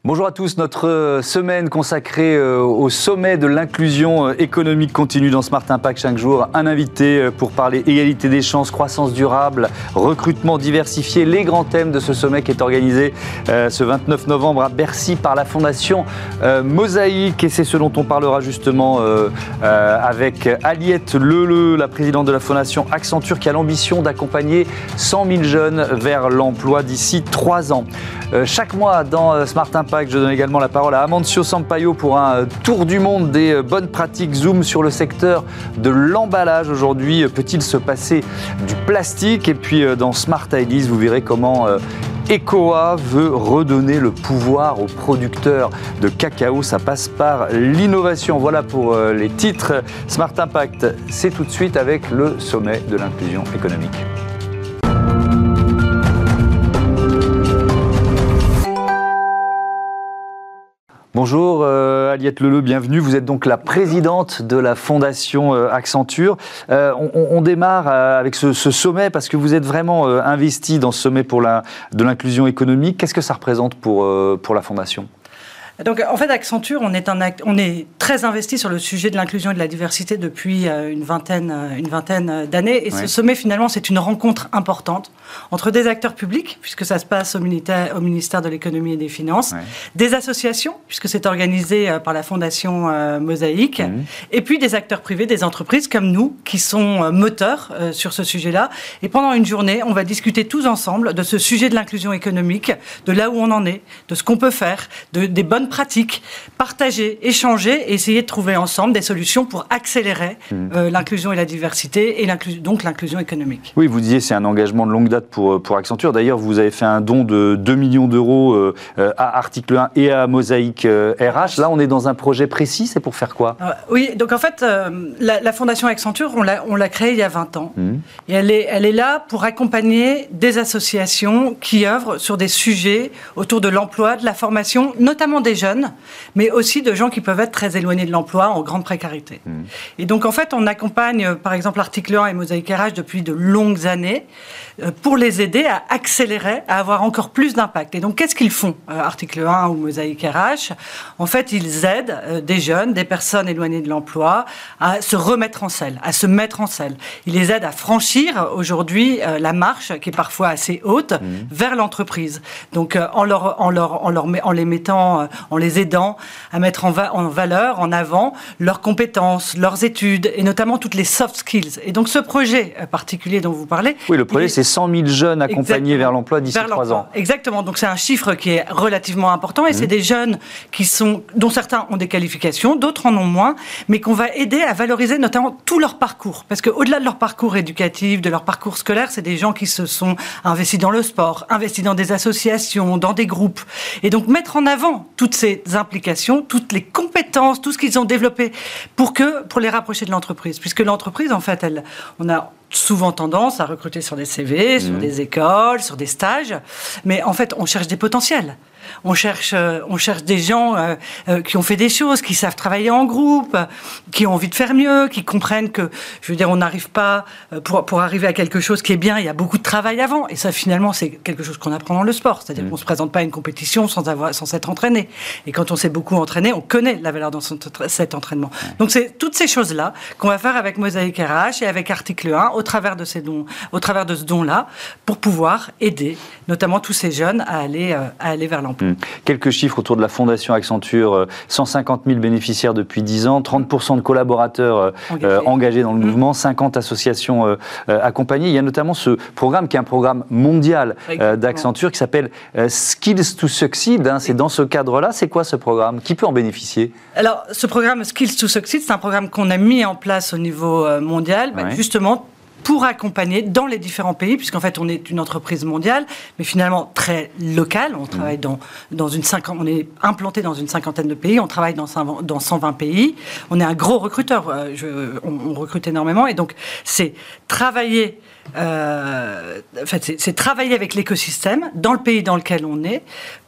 Bonjour à tous, notre semaine consacrée au sommet de l'inclusion économique continue dans Smart Impact chaque jour. Un invité pour parler égalité des chances, croissance durable, recrutement diversifié, les grands thèmes de ce sommet qui est organisé ce 29 novembre à Bercy par la Fondation Mosaïque. Et c'est ce dont on parlera justement avec Aliette Leleu, la présidente de la Fondation Accenture, qui a l'ambition d'accompagner 100 000 jeunes vers l'emploi d'ici 3 ans. Chaque mois dans Smart Impact, je donne également la parole à Amancio Sampaio pour un tour du monde des bonnes pratiques. Zoom sur le secteur de l'emballage. Aujourd'hui, peut-il se passer du plastique? Et puis dans Smart Ideas, vous verrez comment ECOA veut redonner le pouvoir aux producteurs de cacao. Ça passe par l'innovation. Voilà pour les titres. Smart Impact, c'est tout de suite avec le sommet de l'inclusion économique. Bonjour Aliette Leleu, bienvenue. Vous êtes donc la présidente de la Fondation Accenture. On démarre avec ce sommet parce que vous êtes vraiment investie dans ce sommet de l'inclusion économique. Qu'est-ce que ça représente pour la Fondation ? Donc, en fait, Accenture, on est très investi sur le sujet de l'inclusion et de la diversité depuis une vingtaine d'années. Et ce sommet, finalement, c'est une rencontre importante entre des acteurs publics, puisque ça se passe au ministère de l'économie et des finances, des associations, puisque c'est organisé par la Fondation Mosaïque, et puis des acteurs privés, des entreprises comme nous, qui sont moteurs sur ce sujet-là. Et pendant une journée, on va discuter tous ensemble de ce sujet de l'inclusion économique, de là où on en est, de ce qu'on peut faire, des bonnes pratiques, partager, échanger et essayer de trouver ensemble des solutions pour accélérer l'inclusion et la diversité et donc l'inclusion économique. Oui, vous disiez c'est un engagement de longue date pour Accenture. D'ailleurs, vous avez fait un don de 2 millions d'euros à Article 1 et à Mosaïque RH. Là, on est dans un projet précis, c'est pour faire quoi ? Oui, donc en fait, la Fondation Accenture, on l'a créée il y a 20 ans. Et elle est là pour accompagner des associations qui œuvrent sur des sujets autour de l'emploi, de la formation, notamment des jeunes, mais aussi de gens qui peuvent être très éloignés de l'emploi, en grande précarité. Et donc, en fait, on accompagne, par exemple, Article 1 et Mosaïque RH depuis de longues années pour les aider à accélérer, à avoir encore plus d'impact. Et donc, qu'est-ce qu'ils font, Article 1 ou Mosaïque RH ? En fait, ils aident des jeunes, des personnes éloignées de l'emploi à se remettre en selle, à se mettre en selle. Ils les aident à franchir, aujourd'hui, la marche, qui est parfois assez haute, vers l'entreprise. Donc, en les aidant à mettre en valeur, en avant, leurs compétences, leurs études, et notamment toutes les soft skills. Et donc, ce projet particulier dont vous parlez... Oui, le projet, c'est 100 000 jeunes accompagnés vers l'emploi d'ici 3 ans. Exactement. Donc, c'est un chiffre qui est relativement important, et c'est des jeunes dont certains ont des qualifications, d'autres en ont moins, mais qu'on va aider à valoriser notamment tout leur parcours. Parce qu'au-delà de leur parcours éducatif, de leur parcours scolaire, c'est des gens qui se sont investis dans le sport, investis dans des associations, dans des groupes. Et donc, mettre en avant toutes ces implications, toutes les compétences, tout ce qu'ils ont développé pour les rapprocher de l'entreprise. Puisque l'entreprise, en fait, on a souvent tendance à recruter sur des CV, sur des écoles, sur des stages, mais en fait, on cherche des potentiels. On cherche des gens qui ont fait des choses, qui savent travailler en groupe, qui ont envie de faire mieux, qui comprennent que, je veux dire, on n'arrive pas, pour arriver à quelque chose qui est bien, il y a beaucoup de travail avant. Et ça, finalement, c'est quelque chose qu'on apprend dans le sport. C'est-à-dire qu'on ne se présente pas à une compétition sans s'être entraîné. Et quand on s'est beaucoup entraîné, on connaît la valeur dans cet entraînement. Donc, c'est toutes ces choses-là qu'on va faire avec Mosaïque RH et avec Article 1 au travers de ces dons, au travers de ce don-là, pour pouvoir aider, notamment tous ces jeunes à aller vers l'emploi. Quelques chiffres autour de la Fondation Accenture, 150 000 bénéficiaires depuis 10 ans, 30% de collaborateurs engagés dans le mouvement, 50 associations accompagnées. Il y a notamment ce programme qui est un programme mondial d'Accenture qui s'appelle Skills to Succeed. C'est dans ce cadre-là. C'est quoi ce programme ? Qui peut en bénéficier ? Alors, ce programme Skills to Succeed, c'est un programme qu'on a mis en place au niveau mondial, justement, pour accompagner dans les différents pays, puisqu'en fait on est une entreprise mondiale, mais finalement très locale. On travaille on est implanté dans une cinquantaine de pays, on travaille dans 120 pays. On est un gros recruteur, on recrute énormément, et donc c'est travailler. C'est travailler avec l'écosystème dans le pays dans lequel on est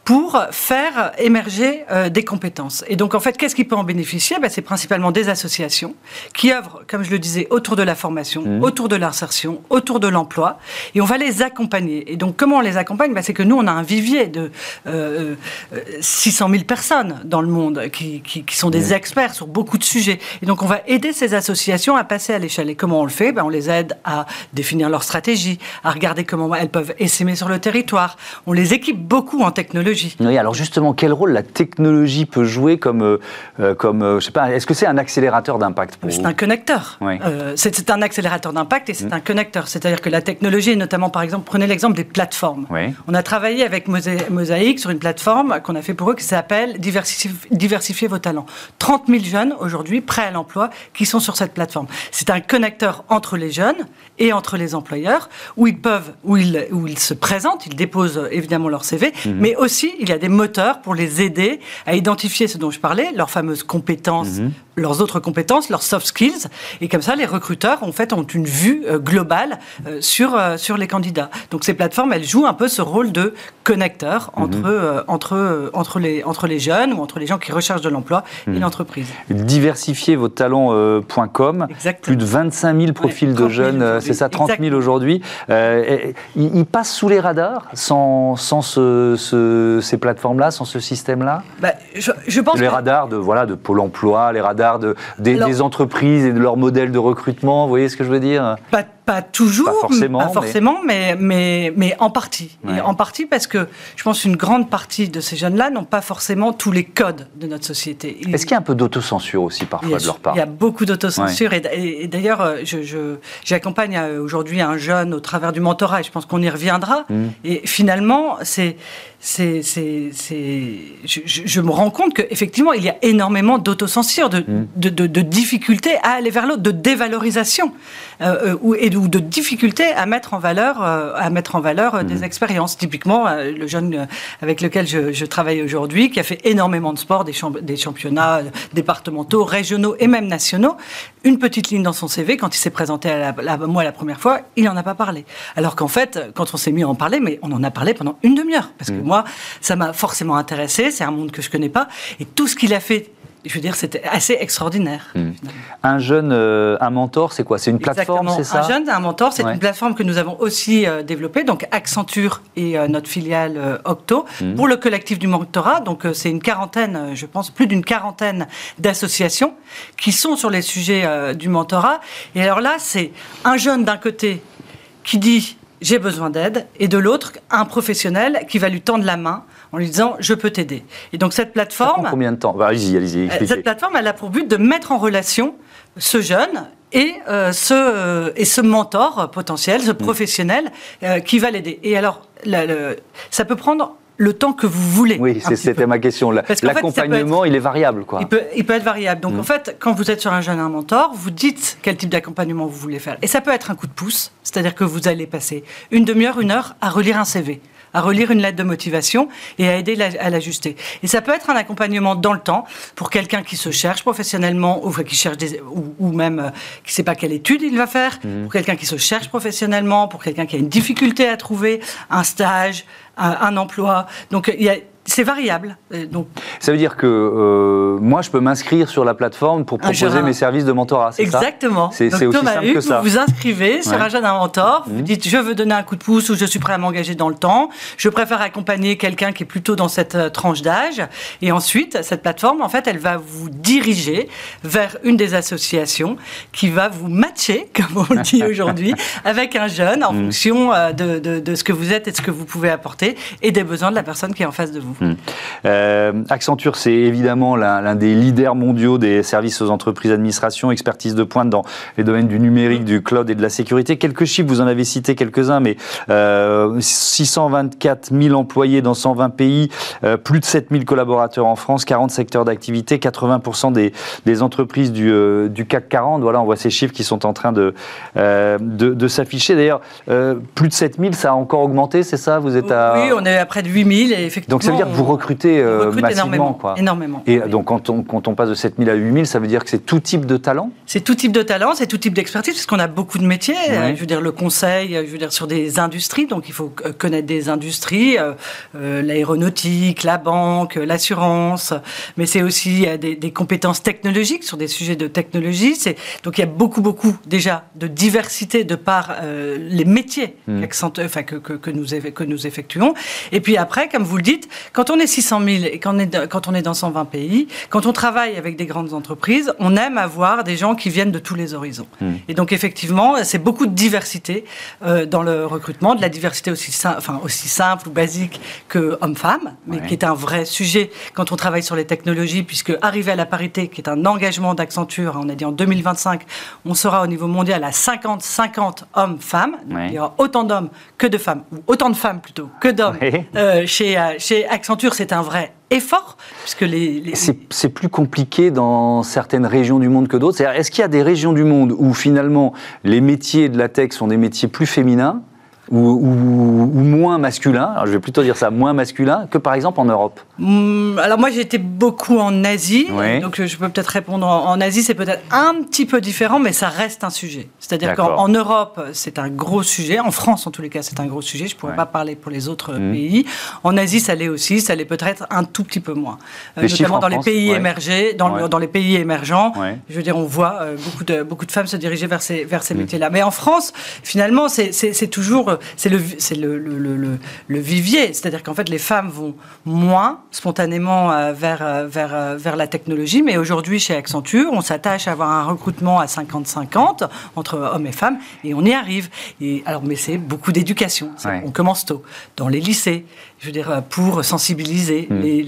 pour faire émerger des compétences. Et donc, en fait, qu'est-ce qui peut en bénéficier ? C'est principalement des associations qui œuvrent, comme je le disais, autour de la formation, autour de l'insertion, autour de l'emploi, et on va les accompagner. Et donc, comment on les accompagne ? C'est que nous, on a un vivier de 600 000 personnes dans le monde qui sont des experts sur beaucoup de sujets. Et donc, on va aider ces associations à passer à l'échelle. Et comment on le fait ? On les aide à définir leur stratégie, à regarder comment elles peuvent essaimer sur le territoire. On les équipe beaucoup en technologie. Oui, alors justement, quel rôle la technologie peut jouer comme je sais pas, est-ce que c'est un accélérateur d'impact pour vous ? C'est un connecteur. Oui. C'est un accélérateur d'impact et c'est un connecteur. C'est-à-dire que la technologie, notamment, par exemple, prenez l'exemple des plateformes. Oui. On a travaillé avec Mosaïque sur une plateforme qu'on a fait pour eux qui s'appelle Diversifier vos talents. 30 000 jeunes, aujourd'hui, prêts à l'emploi, qui sont sur cette plateforme. C'est un connecteur entre les jeunes et entre les employeurs, où ils se présentent, ils déposent évidemment leur CV, mais aussi il y a des moteurs pour les aider à identifier ce dont je parlais, leurs fameuses compétences, leurs autres compétences, leurs soft skills, et comme ça les recruteurs en fait ont une vue globale sur les candidats. Donc ces plateformes, elles jouent un peu ce rôle de connecteur entre les jeunes ou entre les gens qui recherchent de l'emploi et l'entreprise. Diversifier vos talents.com, plus de 25 000 profils de jeunes, c'est ça, 30 000 aujourd'hui. Ils passent sous les radars sans ces plateformes-là, sans ce système-là ? Je pense les radars de Pôle emploi, les radars des entreprises et de leur modèle de recrutement, vous voyez ce que je veux dire ? Pas toujours, pas forcément, mais en partie. Ouais. Et en partie parce que je pense qu'une grande partie de ces jeunes-là n'ont pas forcément tous les codes de notre société. Est-ce qu'il y a un peu d'autocensure aussi parfois de leur part ? Il y a beaucoup d'autocensure et d'ailleurs, j'accompagne aujourd'hui un jeune au travers du mentorat et je pense qu'on y reviendra. Et finalement, je me rends compte qu'effectivement, il y a énormément d'autocensure, de difficultés à aller vers l'autre, de dévalorisation ou de difficultés à mettre en valeur des expériences. Typiquement, le jeune avec lequel je travaille aujourd'hui, qui a fait énormément de sport, des championnats départementaux, régionaux et même nationaux, une petite ligne dans son CV, quand il s'est présenté à moi la première fois, il n'en a pas parlé. Alors qu'en fait, quand on s'est mis à en parler, mais on en a parlé pendant une demi-heure. Parce que moi, ça m'a forcément intéressé, c'est un monde que je ne connais pas. Et tout ce qu'il a fait, je veux dire, c'était assez extraordinaire. Un jeune, un mentor, c'est quoi ? C'est une plateforme, c'est ça ? Un jeune, un mentor, c'est une plateforme que nous avons aussi développée, donc Accenture et notre filiale Octo, pour le collectif du mentorat. Donc c'est une quarantaine, je pense, plus d'une quarantaine d'associations qui sont sur les sujets du mentorat. Et alors là, c'est un jeune d'un côté qui dit « j'ai besoin d'aide » et de l'autre, un professionnel qui va lui tendre la main en lui disant « je peux t'aider ». Et donc cette plateforme... Ça prend combien de temps ? Allez-y, expliquez. Cette plateforme, elle a pour but de mettre en relation ce jeune et ce mentor potentiel, ce professionnel qui va l'aider. Et alors, ça peut prendre le temps que vous voulez. Oui, c'était ma question. L'accompagnement, il est variable, quoi. Il peut être variable. Donc, en fait, quand vous êtes sur un jeune un mentor, vous dites quel type d'accompagnement vous voulez faire. Et ça peut être un coup de pouce, c'est-à-dire que vous allez passer une demi-heure, une heure à relire un CV, à relire une lettre de motivation et à aider à l'ajuster. Et ça peut être un accompagnement dans le temps pour quelqu'un qui se cherche professionnellement ou qui cherche ou même qui ne sait pas quelle étude il va faire, pour quelqu'un qui se cherche professionnellement, pour quelqu'un qui a une difficulté à trouver un stage, un emploi. Donc, c'est variable. Donc, ça veut dire que moi, je peux m'inscrire sur la plateforme pour proposer mes services de mentorat, c'est ça ? Exactement. C'est aussi simple que ça. Vous vous inscrivez sur un jeune mentor, vous dites « je veux donner un coup de pouce » ou « je suis prêt à m'engager dans le temps », je préfère accompagner quelqu'un qui est plutôt dans cette tranche d'âge. Et ensuite, cette plateforme, en fait, elle va vous diriger vers une des associations qui va vous matcher, comme on le dit aujourd'hui, avec un jeune en fonction de ce que vous êtes et de ce que vous pouvez apporter et des besoins de la personne qui est en face de vous. Accenture, c'est évidemment l'un des leaders mondiaux des services aux entreprises d'administration, expertise de pointe dans les domaines du numérique, du cloud et de la sécurité. Quelques chiffres, vous en avez cité quelques-uns, mais 624 000 employés dans 120 pays, plus de 7 000 collaborateurs en France, 40 secteurs d'activité, 80% des entreprises du CAC 40. Voilà, on voit ces chiffres qui sont en train de s'afficher. D'ailleurs, plus de 7 000, ça a encore augmenté, c'est ça ? Vous êtes Oui, on est à près de 8 000. Et effectivement, donc ça veut dire vous recrutez massivement, énormément. Et donc, quand on passe de 7 000 à 8 000, ça veut dire que c'est tout type de talent ? C'est tout type de talent, c'est tout type d'expertise, parce qu'on a beaucoup de métiers. Je veux dire, le conseil, sur des industries, donc il faut connaître des industries, l'aéronautique, la banque, l'assurance, mais c'est aussi des compétences technologiques sur des sujets de technologie. Donc il y a beaucoup déjà de diversité de par les métiers que nous effectuons. Et puis après, comme vous le dites, quand on est 600 000 et quand on est dans 120 pays, quand on travaille avec des grandes entreprises, on aime avoir des gens qui viennent de tous les horizons. Et donc effectivement, c'est beaucoup de diversité dans le recrutement, de la diversité aussi simple ou basique que homme-femme, mais qui est un vrai sujet quand on travaille sur les technologies, puisque arriver à la parité, qui est un engagement d'Accenture, on a dit en 2025, on sera au niveau mondial à 50-50 hommes-femmes. Il y aura autant d'hommes que de femmes, ou autant de femmes plutôt que d'hommes. Chez Accenture, c'est un vrai effort, puisque C'est plus compliqué dans certaines régions du monde que d'autres. C'est-à-dire, est-ce qu'il y a des régions du monde où finalement les métiers de la tech sont des métiers plus féminins ou moins masculins, alors je vais plutôt dire ça, moins masculins que par exemple en Europe? Alors moi j'ai été beaucoup en Asie, donc je peux peut-être répondre en Asie, c'est peut-être un petit peu différent, mais ça reste un sujet. C'est-à-dire qu'en Europe c'est un gros sujet, en France en tous les cas c'est un gros sujet, je ne pourrais pas parler pour les autres pays. En Asie ça l'est aussi, ça l'est peut-être un tout petit peu moins. Notamment dans les pays émergés, dans les pays émergents, je veux dire on voit beaucoup de femmes se diriger vers ces métiers-là. Mais en France, finalement c'est toujours c'est le vivier, c'est-à-dire qu'en fait les femmes vont moins spontanément vers la technologie, mais aujourd'hui chez Accenture, on s'attache à avoir un recrutement à 50-50 entre hommes et femmes, et on y arrive. Mais c'est beaucoup d'éducation. On commence tôt, dans les lycées, je veux dire, pour sensibiliser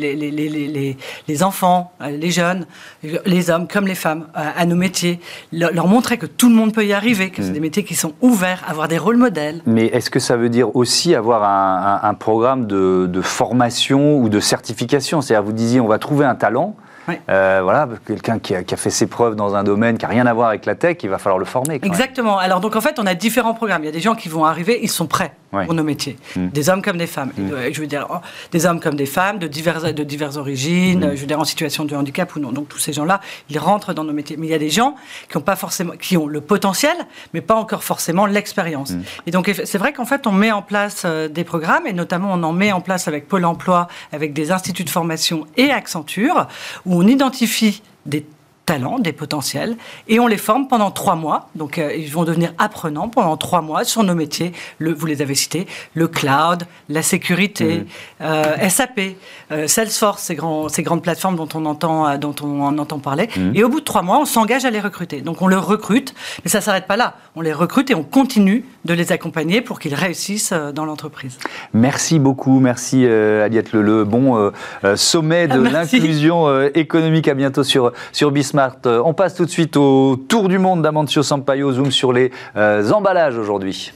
les enfants, les jeunes, les hommes comme les femmes, à nos métiers, leur montrer que tout le monde peut y arriver, que c'est des métiers qui sont ouverts, avoir des rôles modèles. Mais est-ce que ça veut dire aussi avoir un programme de formation ou de certification? C'est-à-dire, vous disiez, on va trouver un talent, quelqu'un qui a fait ses preuves dans un domaine qui n'a rien à voir avec la tech, il va falloir le former. Exactement. Alors donc en fait, on a différents programmes. Il y a des gens qui vont arriver, ils sont prêts pour nos métiers. Des hommes comme des femmes. Je veux dire, des hommes comme des femmes, de diverses origines, je veux dire, en situation de handicap ou non. Donc tous ces gens-là, ils rentrent dans nos métiers. Mais il y a des gens qui ont le potentiel, mais pas encore forcément l'expérience. Et donc c'est vrai qu'en fait, on met en place des programmes, et notamment on en met en place avec Pôle emploi, avec des instituts de formation et Accenture, où on identifie des talents, des potentiels, et on les forme pendant 3 mois. Donc, ils vont devenir apprenants pendant 3 mois sur nos métiers. Vous les avez cités, le cloud, la sécurité, SAP, Salesforce, ces grandes plateformes dont on entend parler. Et au bout de 3 mois, on s'engage à les recruter. Donc, on les recrute, mais ça ne s'arrête pas là. On les recrute et on continue de les accompagner pour qu'ils réussissent dans l'entreprise. Merci beaucoup. Merci, Aliette Leleu. Bon sommet de l'inclusion économique. À bientôt sur Bismart. On passe tout de suite au tour du monde d'Amancio Sampaio. Zoom sur les emballages aujourd'hui.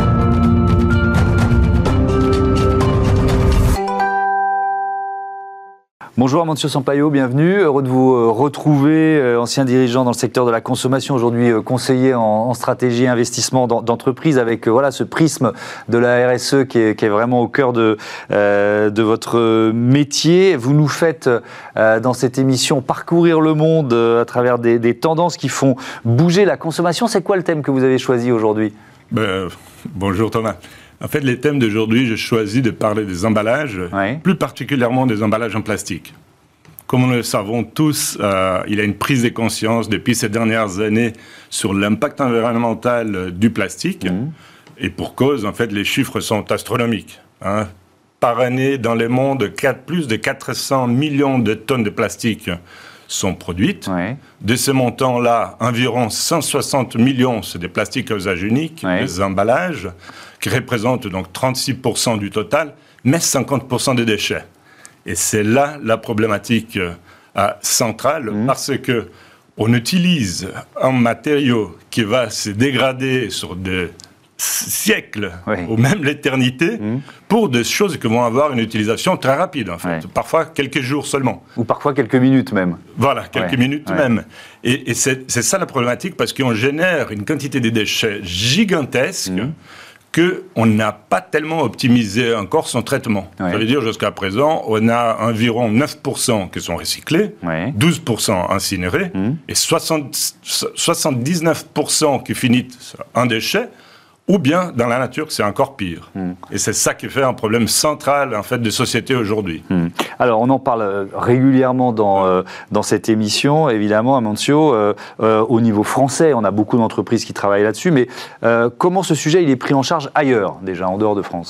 Bonjour Amancio Sampaio, bienvenue. Heureux de vous retrouver, ancien dirigeant dans le secteur de la consommation, aujourd'hui conseiller en stratégie et investissement d'entreprise avec ce prisme de la RSE qui est vraiment au cœur de votre métier. Vous nous faites dans cette émission parcourir le monde à travers des tendances qui font bouger la consommation. C'est quoi le thème que vous avez choisi aujourd'hui ? Bonjour Thomas. En fait, les thèmes d'aujourd'hui, j'ai choisi de parler des emballages, plus particulièrement des emballages en plastique. Comme nous le savons tous, il y a une prise de conscience depuis ces dernières années sur l'impact environnemental du plastique. Et pour cause, en fait, les chiffres sont astronomiques. Par année, dans le monde, plus de 400 millions de tonnes de plastique sont produites. De ce montant-là, environ 160 millions, c'est des plastiques à usage unique, des emballages, qui représentent donc 36% du total, mais 50% des déchets. Et c'est là la problématique centrale, parce que on utilise un matériau qui va se dégrader sur des siècles ou même l'éternité pour des choses qui vont avoir une utilisation très rapide, en fait. Parfois quelques jours seulement. Ou parfois quelques minutes même. Voilà, quelques minutes même. Et c'est ça la problématique, parce qu'on génère une quantité de déchets gigantesques qu'on n'a pas tellement optimisé encore son traitement. Ouais. Ça veut dire jusqu'à présent, on a environ 9% qui sont recyclés, 12% incinérés, et 79% qui finissent en déchets, ou bien dans la nature, c'est encore pire. Et c'est ça qui fait un problème central en fait des sociétés aujourd'hui. Alors on en parle régulièrement dans cette émission, évidemment, Amancio. Au niveau français, on a beaucoup d'entreprises qui travaillent là-dessus, mais comment ce sujet il est pris en charge ailleurs, déjà, en dehors de France ?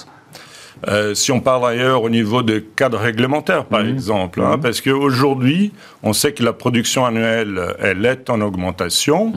Si on parle ailleurs au niveau de cadre réglementaire, par exemple, parce qu'aujourd'hui, on sait que la production annuelle, elle est en augmentation,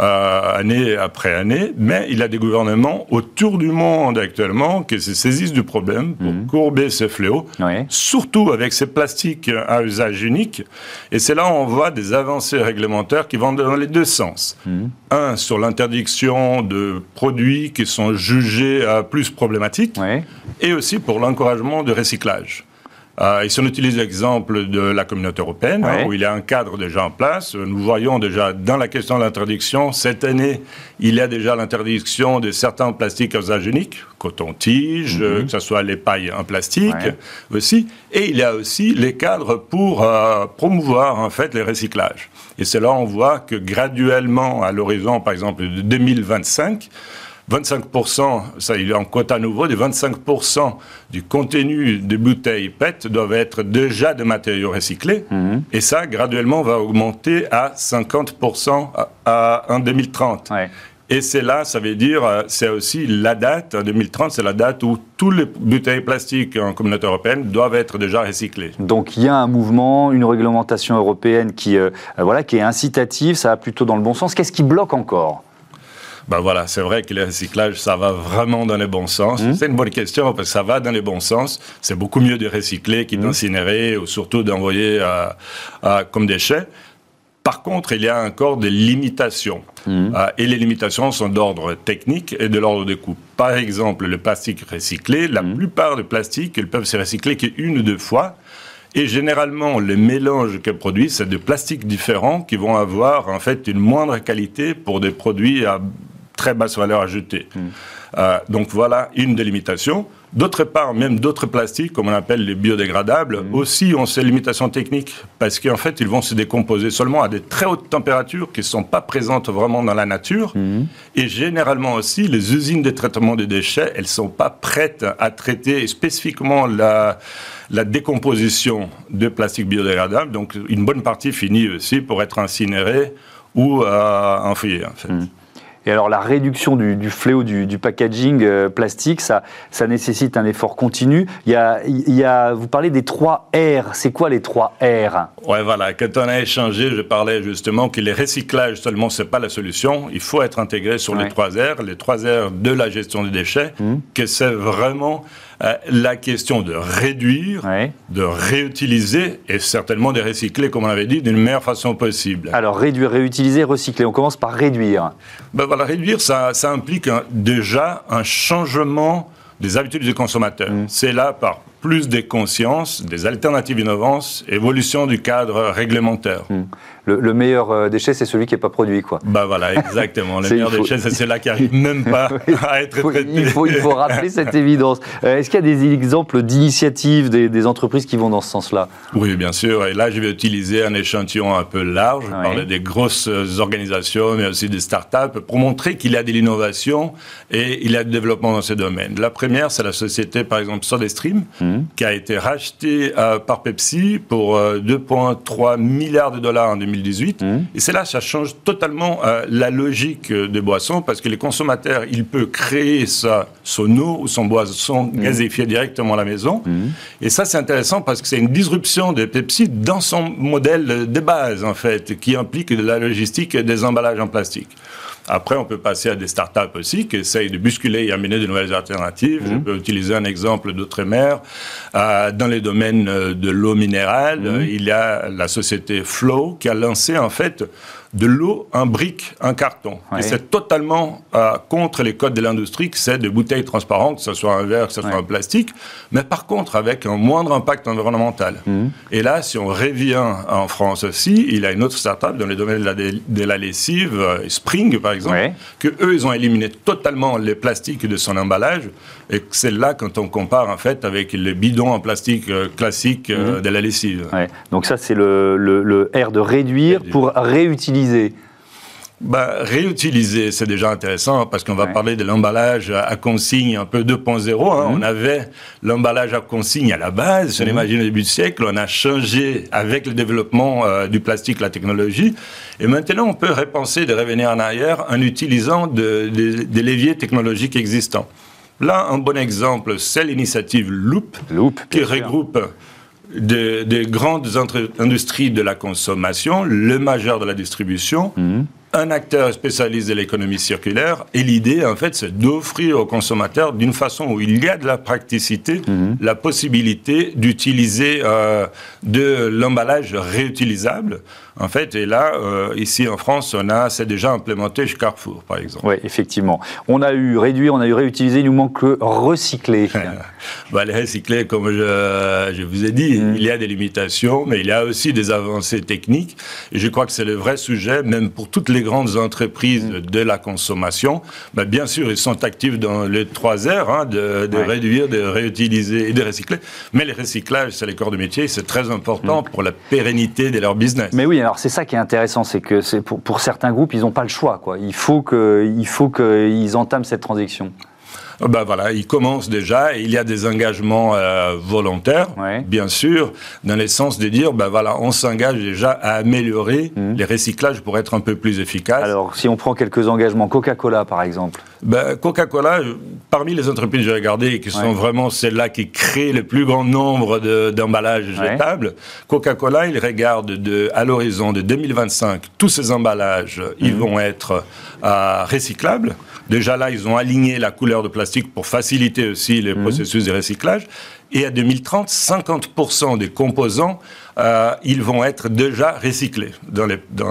année après année, mais il y a des gouvernements autour du monde actuellement qui se saisissent du problème pour courber ces fléaux, surtout avec ces plastiques à usage unique. Et c'est là où on voit des avancées réglementaires qui vont dans les deux sens. Un, sur l'interdiction de produits qui sont jugés plus problématiques, et aussi pour l'encouragement de recyclage. Et si on utilise l'exemple de la communauté européenne, où il y a un cadre déjà en place, nous voyons déjà dans la question de l'interdiction, cette année, il y a déjà l'interdiction de certains plastiques à usage unique, coton-tige, que ce soit les pailles en plastique aussi, et il y a aussi les cadres pour promouvoir en fait les recyclages. Et c'est là on voit que graduellement, à l'horizon par exemple de 2025, 25%, ça il est en quota nouveau, de 25% du contenu des bouteilles PET doivent être déjà de matériaux recyclés. Et ça, graduellement, va augmenter à 50% en 2030. Et c'est là, ça veut dire, c'est aussi la date, en 2030, c'est la date où tous les bouteilles plastiques en communauté européenne doivent être déjà recyclées. Donc il y a un mouvement, une réglementation européenne qui est incitative, ça va plutôt dans le bon sens. Qu'est-ce qui bloque encore ? Ben voilà, c'est vrai que le recyclage, ça va vraiment dans le bon sens. C'est une bonne question parce que ça va dans le bon sens. C'est beaucoup mieux de recycler que d'incinérer ou surtout d'envoyer comme déchets. Par contre, il y a encore des limitations. Et les limitations sont d'ordre technique et de l'ordre des coûts. Par exemple, le plastique recyclé, la plupart des plastiques, ils peuvent se recycler qu'une ou deux fois. Et généralement, les mélanges qu'elles produisent, c'est de plastiques différents qui vont avoir en fait une moindre qualité pour des produits à très basse valeur ajoutée. Donc voilà une des limitations. D'autre part, même d'autres plastiques, comme on appelle les biodégradables, aussi ont ces limitations techniques parce qu'en fait, ils vont se décomposer seulement à des très hautes températures qui ne sont pas présentes vraiment dans la nature. Et généralement aussi, les usines de traitement des déchets, elles ne sont pas prêtes à traiter spécifiquement la décomposition de plastique biodégradable. Donc, une bonne partie finit aussi pour être incinérée ou enfouie, en fait. Et alors, la réduction du fléau du packaging plastique, ça nécessite un effort continu. Vous parlez des 3 R. C'est quoi les 3 R ? Ouais, voilà. Quand on a échangé, je parlais justement que les recyclages seulement, c'est pas la solution. Il faut être intégré sur les 3 R. Les 3 R de la gestion des déchets, que c'est vraiment la question de réduire, de réutiliser et certainement de recycler, comme on avait dit, d'une meilleure façon possible. Alors, réduire, réutiliser, recycler. On commence par réduire. Ben voilà, réduire, ça implique déjà un changement des habitudes des consommateurs. C'est là par plus de conscience, des alternatives innovantes, évolution du cadre réglementaire. Le meilleur déchet, c'est celui qui n'est pas produit, quoi. Ben voilà, exactement. Le meilleur déchet, c'est celui-là qui n'arrive même pas à être traité. Il faut rappeler cette évidence. Est-ce qu'il y a des exemples d'initiatives des entreprises qui vont dans ce sens-là ? Oui, bien sûr. Et là, je vais utiliser un échantillon un peu large. Je parler des grosses organisations, mais aussi des startups, pour montrer qu'il y a de l'innovation et il y a du développement dans ce domaine. La première, c'est la société, par exemple, SodaStream, qui a été rachetée par Pepsi pour 2,3 milliards de dollars en 2018. Et c'est là, ça change totalement la logique des boissons parce que les consommateurs, ils peuvent créer son eau ou son boisson gazéfiée directement à la maison. Et ça, c'est intéressant parce que c'est une disruption de Pepsi dans son modèle de base, en fait, qui implique de la logistique et des emballages en plastique. Après, on peut passer à des startups aussi qui essayent de bousculer et amener de nouvelles alternatives. Je peux utiliser un exemple d'outre-mer. Dans les domaines de l'eau minérale, il y a la société Flow qui a lancé en fait de l'eau en brique, en carton. Oui. Et c'est totalement contre les codes de l'industrie que c'est des bouteilles transparentes, que ce soit en verre, que ce soit en plastique, mais par contre avec un moindre impact environnemental. Et là, si on revient en France aussi, il y a une autre start-up dans le domaine de la lessive, Spring par exemple, que eux, ils ont éliminé totalement les plastiques de son emballage. Et c'est là, quand on compare en fait avec les bidons en plastique classiques de la lessive. Donc ça, c'est le R de réduire pour réutiliser. Réutiliser, c'est déjà intéressant parce qu'on va parler de l'emballage à consigne un peu 2.0. On avait l'emballage à consigne à la base, je l'imagine au début du siècle. On a changé avec le développement du plastique, la technologie. Et maintenant, on peut repenser de revenir en arrière en utilisant des leviers technologiques existants. Là, un bon exemple, c'est l'initiative Loop qui regroupe des grandes industries de la consommation, le majeur de la distribution, un acteur spécialiste de l'économie circulaire. Et l'idée, en fait, c'est d'offrir aux consommateurs, d'une façon où il y a de la praticité, la possibilité d'utiliser de l'emballage réutilisable. En fait, et là, ici en France, c'est déjà implémenté chez Carrefour, par exemple. Oui, effectivement. On a eu réduire, on a eu réutiliser, il nous manque le recycler. Les recycler, comme je vous ai dit, il y a des limitations, mais il y a aussi des avancées techniques. Et je crois que c'est le vrai sujet, même pour toutes les grandes entreprises de la consommation. Bien sûr, ils sont actifs dans les 3 R, de réduire, de réutiliser et de recycler. Mais le recyclage, c'est les corps de métier, c'est très important pour la pérennité de leur business. Mais oui, alors c'est ça qui est intéressant, c'est que pour certains groupes, ils n'ont pas le choix, quoi. Il faut qu'ils entament cette transition. Ils commencent déjà, et il y a des engagements volontaires, bien sûr, dans le sens de dire, on s'engage déjà à améliorer les recyclages pour être un peu plus efficaces. Alors, si on prend quelques engagements, Coca-Cola par exemple. Coca-Cola, parmi les entreprises que j'ai regardées, qui sont vraiment celles-là qui créent le plus grand nombre d'emballages jetables, Coca-Cola, ils regardent à l'horizon de 2025, tous ces emballages, ils vont être recyclables. Déjà là, ils ont aligné la couleur de plastique pour faciliter aussi le processus de recyclage. Et à 2030, 50% des composants, ils vont être déjà recyclés dans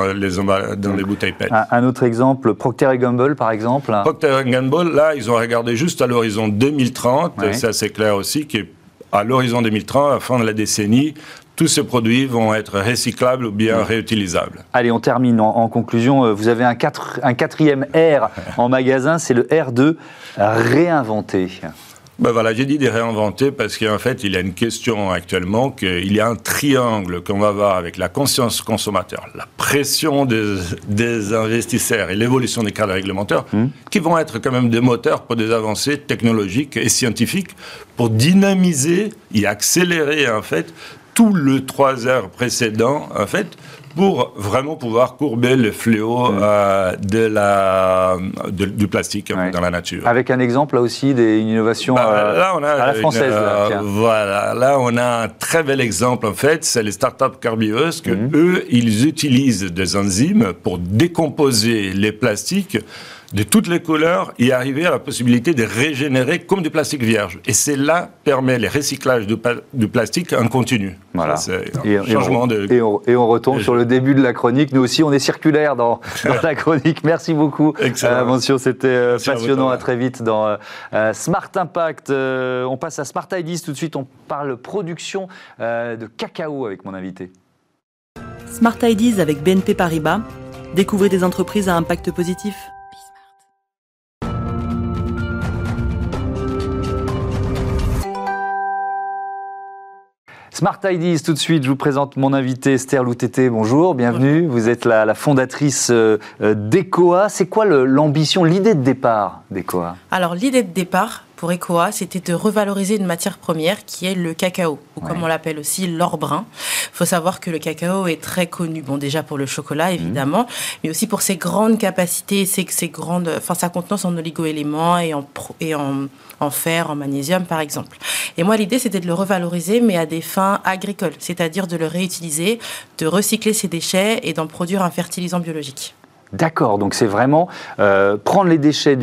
les bouteilles PET. Un autre exemple, Procter & Gamble, par exemple. Procter & Gamble, là, ils ont regardé juste à l'horizon 2030. Et c'est assez clair aussi qu'à l'horizon 2030, à la fin de la décennie, tous ces produits vont être recyclables ou bien réutilisables. Allez, on termine en conclusion. Vous avez un 4e R en magasin, c'est le R de réinventer. J'ai dit de réinventer parce qu'en fait, il y a une question actuellement qu'il y a un triangle qu'on va avoir avec la conscience consommateur, la pression des investisseurs et l'évolution des cadres réglementaires qui vont être quand même des moteurs pour des avancées technologiques et scientifiques pour dynamiser et accélérer en fait tout le 3 heures précédent, en fait, pour vraiment pouvoir courber le fléau du plastique dans la nature. Avec un exemple, là aussi, d'une innovation là, on a à la française. Là, on a un très bel exemple, en fait, c'est les startups carbieuses que eux, ils utilisent des enzymes pour décomposer les plastiques de toutes les couleurs et arriver à la possibilité de régénérer comme du plastique vierge. Et c'est là permet le recyclage du plastique en continu. Voilà. Ça, c'est un changement et on retombe sur le début de la chronique. Nous aussi, on est circulaire dans la chronique. Merci beaucoup, Monsieur. C'était passionnant. À très vite dans Smart Impact. On passe à Smart Ideas. Tout de suite, on parle production de cacao avec mon invité. Smart Ideas avec BNP Paribas. Découvrez des entreprises à impact positif. Smart Ideas, tout de suite, je vous présente mon invité Esther Loutété. Bonjour, bienvenue. Vous êtes la fondatrice d'Ecoa. C'est quoi l'ambition, l'idée de départ d'Ecoa ? Alors, l'idée de départ pour Ecoa, c'était de revaloriser une matière première qui est le cacao, ou comme on l'appelle aussi l'or brun. Il faut savoir que le cacao est très connu, déjà pour le chocolat évidemment, mais aussi pour ses grandes capacités, sa contenance en oligo-éléments et en fer, en magnésium par exemple. Et moi, l'idée, c'était de le revaloriser, mais à des fins agricoles, c'est-à-dire de le réutiliser, de recycler ses déchets et d'en produire un fertilisant biologique. D'accord, donc c'est vraiment prendre les déchets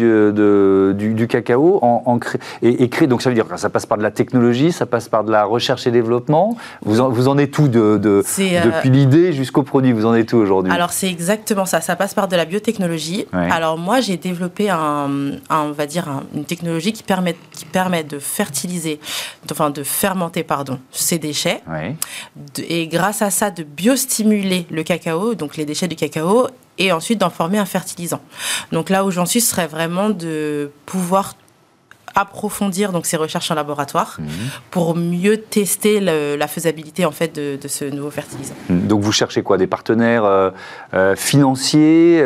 du cacao et créer. Donc ça veut dire que ça passe par de la technologie, ça passe par de la recherche et développement. Vous en êtes où depuis l'idée jusqu'au produit? Vous en êtes où aujourd'hui? Alors c'est exactement ça. Ça passe par de la biotechnologie. Ouais. Alors moi j'ai développé on va dire une technologie qui permet de fertiliser, de fermenter ces déchets. Ouais. Et grâce à ça de biostimuler le cacao, donc les déchets du cacao, et ensuite d'en former un fertilisant. Donc là où j'en suis, ce serait vraiment de pouvoir approfondir ces recherches en laboratoire pour mieux tester la faisabilité en fait de ce nouveau fertilisant. Donc vous cherchez quoi? Des partenaires financiers?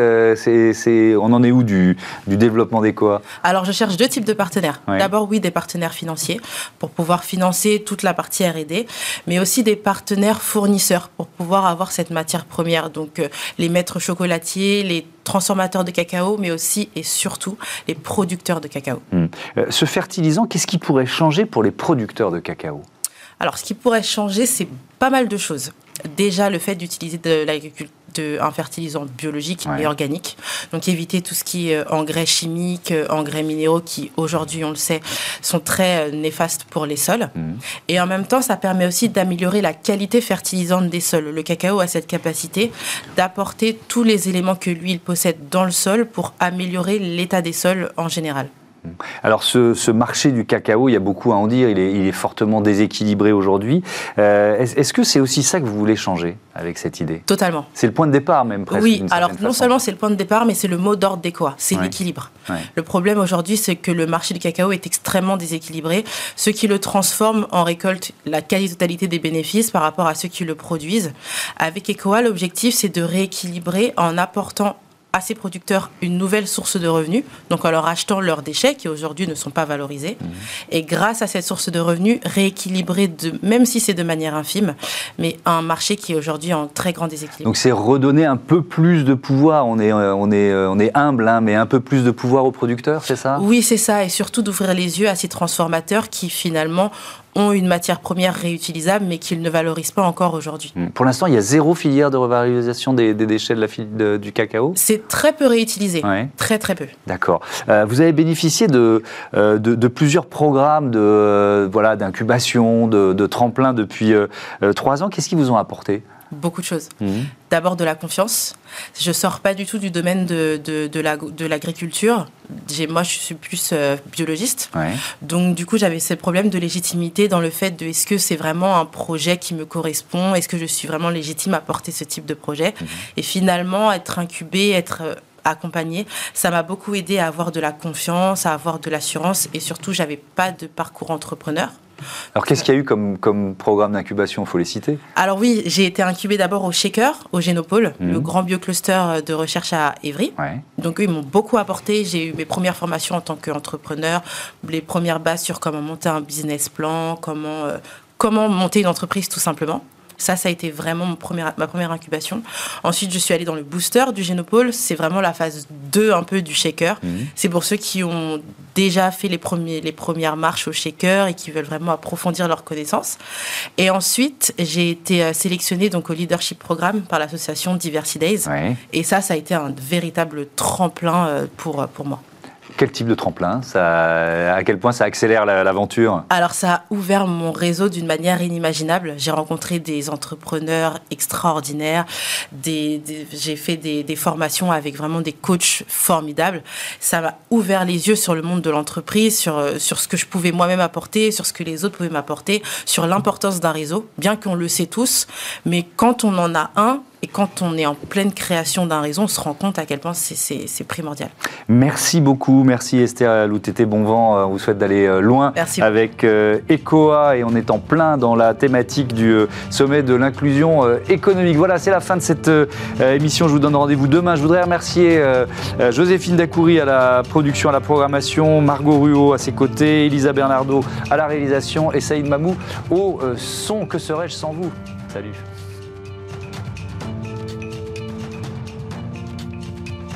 On en est où du développement d'ECOA? Alors je cherche deux types de partenaires. Ouais. D'abord des partenaires financiers pour pouvoir financer toute la partie R&D, mais aussi des partenaires fournisseurs pour pouvoir avoir cette matière première. Donc les maîtres chocolatiers, les transformateurs de cacao, mais aussi et surtout les producteurs de cacao. Ce fertilisant, qu'est-ce qui pourrait changer pour les producteurs de cacao? Alors, ce qui pourrait changer, c'est pas mal de choses. Déjà, le fait d'utiliser un fertilisant biologique et organique. Donc, éviter tout ce qui est engrais chimiques, engrais minéraux qui, aujourd'hui, on le sait, sont très néfastes pour les sols. Et en même temps, ça permet aussi d'améliorer la qualité fertilisante des sols. Le cacao a cette capacité d'apporter tous les éléments que lui, il possède dans le sol pour améliorer l'état des sols en général. Alors ce marché du cacao, il y a beaucoup à en dire, il est fortement déséquilibré aujourd'hui. Est-ce que c'est aussi ça que vous voulez changer avec cette idée? Totalement. C'est le point de départ même presque. Oui, alors non seulement c'est le point de départ, mais c'est le mot d'ordre d'ECOA, c'est l'équilibre. Ouais. Le problème aujourd'hui, c'est que le marché du cacao est extrêmement déséquilibré. Ceux qui le transforment en récoltent la quasi-totalité des bénéfices par rapport à ceux qui le produisent. Avec ECOA, l'objectif, c'est de rééquilibrer en apportant à ces producteurs une nouvelle source de revenus, donc en leur achetant leurs déchets qui aujourd'hui ne sont pas valorisés, et grâce à cette source de revenus, rééquilibrer, même si c'est de manière infime, mais un marché qui est aujourd'hui en très grand déséquilibre. Donc c'est redonner un peu plus de pouvoir, on est humble, mais un peu plus de pouvoir aux producteurs, c'est ça? Oui, c'est ça, et surtout d'ouvrir les yeux à ces transformateurs qui finalement ont une matière première réutilisable, mais qu'ils ne valorisent pas encore aujourd'hui. Pour l'instant, il y a 0 filière de revalorisation des déchets du cacao? C'est très peu réutilisé, très très peu. D'accord. Vous avez bénéficié de plusieurs programmes d'incubation, de tremplin depuis 3 ans. Qu'est-ce qu'ils vous ont apporté? Beaucoup de choses. D'abord de la confiance. Je ne sors pas du tout du domaine de l'agriculture. Moi, je suis plus biologiste. Ouais. Donc, du coup, j'avais ce problème de légitimité dans le fait de est-ce que c'est vraiment un projet qui me correspond? Est-ce que je suis vraiment légitime à porter ce type de projet? Et finalement, être incubé, être accompagné, ça m'a beaucoup aidé à avoir de la confiance, à avoir de l'assurance et surtout, je n'avais pas de parcours entrepreneur. Alors, qu'est-ce qu'il y a eu comme programme d'incubation? Il faut les citer. Alors oui, j'ai été incubée d'abord au Shaker, au Génopole, le grand biocluster de recherche à Évry. Ouais. Donc eux, ils m'ont beaucoup apporté. J'ai eu mes premières formations en tant qu'entrepreneur, les premières bases sur comment monter un business plan, comment monter une entreprise tout simplement. Ça a été vraiment ma première incubation. Ensuite, je suis allée dans le booster du Génopole. C'est vraiment la phase 2 un peu du Shaker. C'est pour ceux qui ont déjà fait les premières marches au Shaker et qui veulent vraiment approfondir leurs connaissances. Et ensuite, j'ai été sélectionnée donc, au Leadership Programme par l'association Diversity Days. Ouais. Et ça a été un véritable tremplin pour moi. Quel type de tremplin? À quel point ça accélère l'aventure? Alors, ça a ouvert mon réseau d'une manière inimaginable. J'ai rencontré des entrepreneurs extraordinaires. J'ai fait des formations avec vraiment des coachs formidables. Ça m'a ouvert les yeux sur le monde de l'entreprise, sur ce que je pouvais moi-même apporter, sur ce que les autres pouvaient m'apporter, sur l'importance d'un réseau, bien qu'on le sait tous. Mais quand on en a un, et quand on est en pleine création d'un réseau, on se rend compte à quel point c'est primordial. Merci beaucoup. Merci Esther Loutété-Bonvent. On vous souhaite d'aller loin avec ECOA et on est en plein dans la thématique du sommet de l'inclusion économique. Voilà, c'est la fin de cette émission. Je vous donne rendez-vous demain. Je voudrais remercier Joséphine Dacoury à la production, à la programmation, Margot Ruot à ses côtés, Elisa Bernardo à la réalisation et Saïd Mamou au son. Que serais-je sans vous? Salut.